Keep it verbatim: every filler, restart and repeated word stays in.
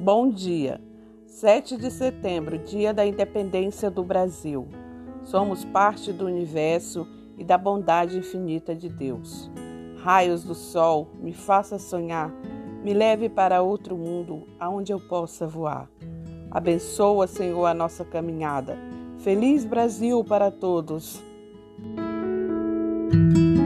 Bom dia, sete de setembro, dia da independência do Brasil. Somos parte do universo e da bondade infinita de Deus. Raios do sol, me faça sonhar, me leve para outro mundo, aonde eu possa voar. Abençoa, Senhor, a nossa caminhada. Feliz Brasil para todos!